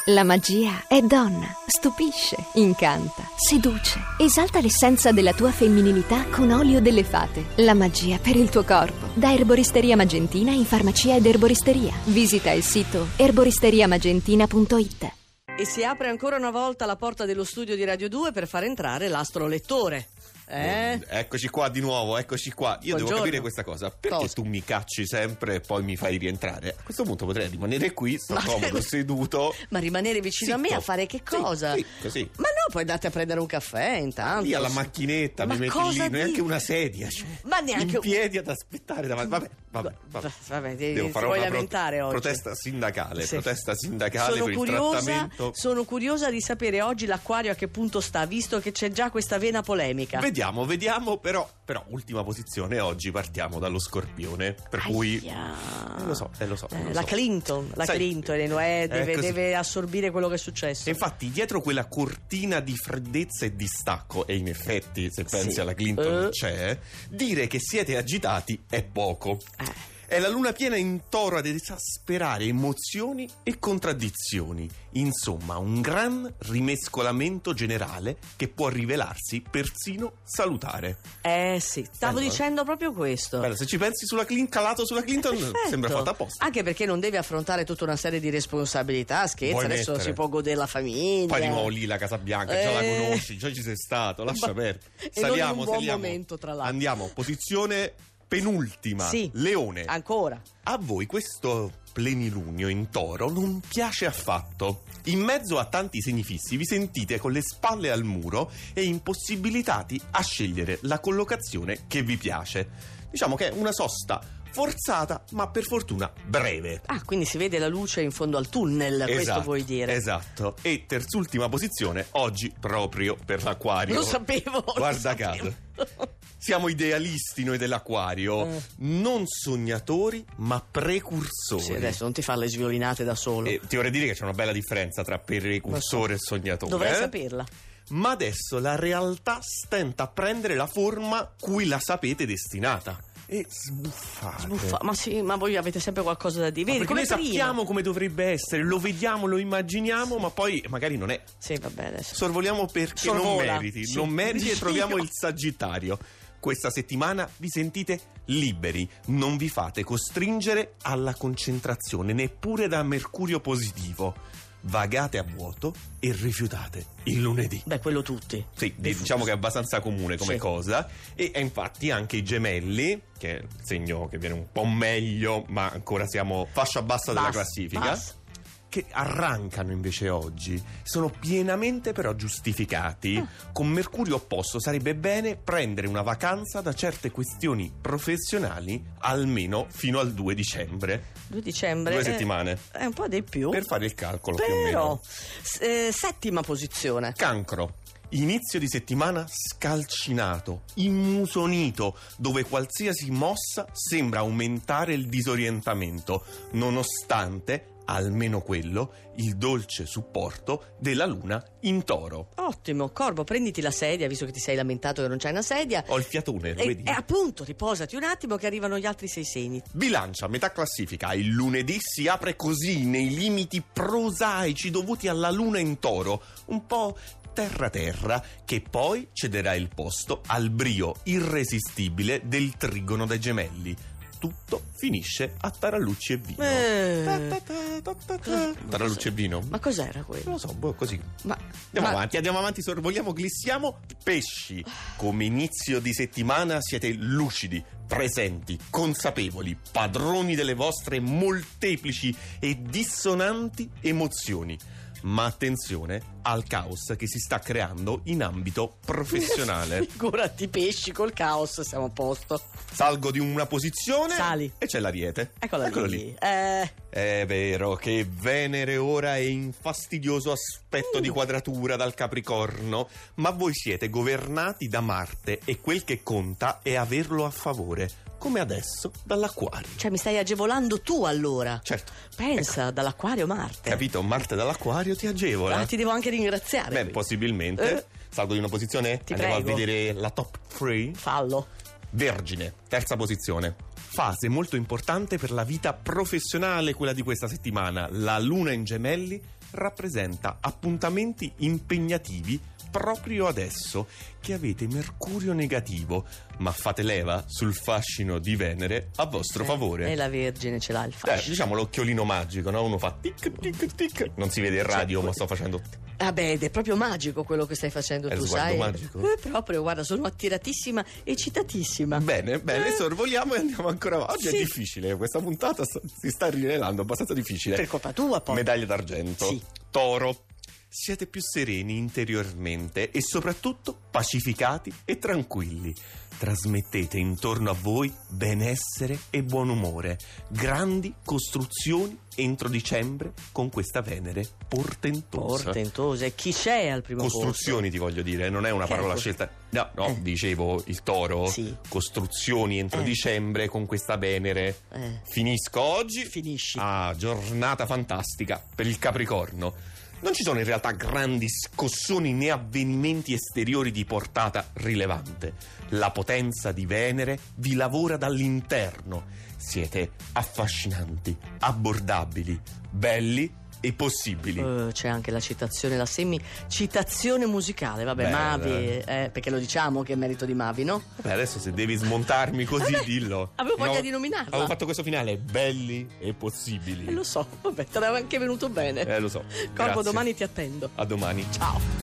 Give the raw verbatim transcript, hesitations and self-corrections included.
La magia è donna, stupisce, incanta, seduce, esalta l'essenza della tua femminilità con olio delle fate. La magia per il tuo corpo. Da Erboristeria Magentina in farmacia ed erboristeria. Visita il sito erboristeria magentina punto it. E si apre ancora una volta la porta dello studio di Radio due per far entrare l'astrolettore. Eh? Eccoci qua di nuovo, eccoci qua. Io Buongiorno. devo capire questa cosa. Perché Cosa? tu mi cacci sempre e poi mi fai rientrare? A questo punto potrei rimanere qui, sto Ma- comodo, seduto. Ma rimanere vicino a me Zitto. a fare che cosa? Sì, sì, così. Ma no, poi andate a prendere un caffè intanto. Lì alla macchinetta, Ma mi metti cosa lì, neanche dici? una sedia, cioè, Ma neanche in piedi ad aspettare davanti. Vabbè, vabbè, vabbè. Vabbè, ti, Devo ti fare vuoi una pro- lamentare oggi? protesta sindacale, Sì. protesta sindacale Sono per curiosa, il trattamento. sono curiosa di sapere oggi l'acquario a che punto sta, visto che c'è già questa vena polemica. Vediamo, vediamo, però, però ultima posizione, oggi partiamo dallo Scorpione, per cui Aia. eh, lo so, eh, lo so, Eh, lo la so. Clinton, la Sai, Clinton eh, deve, è così. deve assorbire quello che è successo. E infatti dietro quella cortina di freddezza e distacco, e in effetti se pensi Sì. alla Clinton Eh. c'è, dire che siete agitati è poco. Eh. È la luna piena in Toro ad esasperare emozioni e contraddizioni. Insomma, un gran rimescolamento generale che può rivelarsi persino salutare. Eh sì, stavo Bello, eh? dicendo proprio questo. Bello, se ci pensi sulla Clinton, calato sulla Clinton, Perfetto. sembra fatta apposta. Anche perché non deve affrontare tutta una serie di responsabilità, scherza, Vuoi adesso mettere? si può godere la famiglia. Poi di nuovo lì la Casa Bianca, già la Eh. conosci, già ci sei stato, lascia Ma- perdere. e non in Saliamo, un buon saliamo. momento, tra l'altro. Andiamo, posizione penultima. Sì. Leone. Ancora. A voi questo plenilunio in Toro non piace affatto. In mezzo a tanti segni fissi vi sentite con le spalle al muro e impossibilitati a scegliere la collocazione che vi piace. Diciamo che è una sosta forzata, ma per fortuna breve. Ah, quindi si vede la luce in fondo al tunnel, questo Esatto, vuoi dire? Esatto. E terzultima posizione oggi proprio per l'Acquario. Lo sapevo. lo Guarda sapevo. caso. Siamo idealisti noi dell'Acquario, Eh. non sognatori ma precursori. Sì, adesso non ti fa le sviolinate da solo. E ti vorrei dire che c'è una bella differenza tra precursore e sognatore. Dovrei eh? saperla. Ma adesso la realtà stenta a prendere la forma cui la sapete destinata. E sbuffate. Sbuffa- Ma sì, ma voi avete sempre qualcosa da dire. Ma Vedi, perché come noi prima. sappiamo come dovrebbe essere, lo vediamo, lo immaginiamo, ma poi magari non è. Sì, vabbè, adesso. Sorvoliamo perché non Sorvola, meriti, sì. non meriti e Dio. troviamo il Sagittario. Questa settimana vi sentite liberi, non vi fate costringere alla concentrazione, neppure da Mercurio positivo. Vagate a vuoto e rifiutate il lunedì. Beh, quello tutti. Sì, diciamo che è abbastanza comune come Sì. cosa. E e infatti anche i Gemelli, che è il segno che viene un po' meglio, ma ancora siamo fascia bassa della Basta, classifica, basta. che arrancano invece oggi, sono pienamente però giustificati. Con Mercurio opposto sarebbe bene prendere una vacanza da certe questioni professionali almeno fino al due dicembre. due dicembre. Due eh, settimane. È un po' di più. Per fare il calcolo più o Però, meno. s- eh, settima posizione. Cancro. Inizio di settimana scalcinato, immusonito, dove qualsiasi mossa sembra aumentare il disorientamento, nonostante, almeno quello, il dolce supporto della luna in Toro. Ottimo, Corvo, prenditi la sedia, visto che ti sei lamentato che non c'è una sedia. Ho il fiatone, lo E, vedi? e appunto, riposati un attimo che arrivano gli altri sei segni. Bilancia, metà classifica. Il lunedì si apre così, nei limiti prosaici dovuti alla luna in Toro, un po' terra-terra, che poi cederà il posto al brio irresistibile del trigono dei Gemelli. Tutto finisce a tarallucci e vino. Eh, Tarallucci e vino? ma cos'era Non quello? lo so, boh, così. Ma, Andiamo ma- avanti, andiamo avanti, sorvoliamo, glissiamo. Pesci. Come inizio di settimana siete lucidi, presenti, consapevoli, padroni delle vostre molteplici e dissonanti emozioni. Ma attenzione al caos che si sta creando in ambito professionale. Figurati, pesci col caos, siamo a posto. Salgo di una posizione Sali. e c'è l'Ariete. Eccola Eccolo lì. lì. Eh, È vero che Venere ora è in fastidioso aspetto Uh. di quadratura dal Capricorno, ma voi siete governati da Marte e quel che conta è averlo a favore, come adesso dall'Acquario. cioè, mi stai agevolando tu allora. Certo. Pensa, dall'Acquario Marte. Capito? Marte dall'Acquario ti agevola. Ah, ti devo anche ringraziare. Beh, quindi. possibilmente. Eh. Salgo di una posizione, Ti andiamo prego. a vedere la top tre. Fallo. Vergine, terza posizione. Fase molto importante per la vita professionale, quella di questa settimana. La luna in Gemelli rappresenta appuntamenti impegnativi proprio adesso che avete Mercurio negativo, ma fate leva sul fascino di Venere a vostro Eh, favore. E la Vergine ce l'ha il Eh, fascino. diciamo l'occhiolino magico, no? Uno fa tic tic tic. Non si vede il radio, ma sto facendo. Vabbè, ed è proprio magico quello che stai facendo, È tu lo sguardo sai? magico? Eh, proprio, guarda, sono attiratissima e citatissima. Bene, bene, Eh. sorvoliamo e andiamo ancora avanti. Oggi Sì. è difficile, questa puntata sta- si sta rivelando abbastanza difficile. Per colpa tua, poi. Medaglia d'argento. Sì. Toro. Siete più sereni interiormente e soprattutto pacificati e tranquilli. Trasmettete intorno a voi benessere e buon umore. Grandi costruzioni entro dicembre con questa Venere portentosa. Portentosa. E chi c'è al primo Costruzioni ti voglio dire, non è una Che parola ecco. scelta. No, no, Eh. dicevo il Toro. Sì. Costruzioni entro Eh. dicembre con questa Venere. posto? Eh, Finisco oggi. finisci. Ah, giornata fantastica per il Capricorno. Non ci sono in realtà grandi scossoni né avvenimenti esteriori di portata rilevante. La potenza di Venere vi lavora dall'interno. Siete affascinanti, abbordabili, belli e possibili. Eh, c'è anche la citazione, la semi citazione musicale, vabbè, Beh, Mavi, eh. eh, perché lo diciamo che è merito di Mavi, no? Beh, adesso se devi smontarmi così, Vabbè, dillo. avevo voglia No, di nominarla. Avevo fatto questo finale, belli e possibili. Eh, lo so, vabbè, te l'aveva anche venuto bene. Eh, lo so. Corpo, Grazie. domani ti attendo. A domani. Ciao.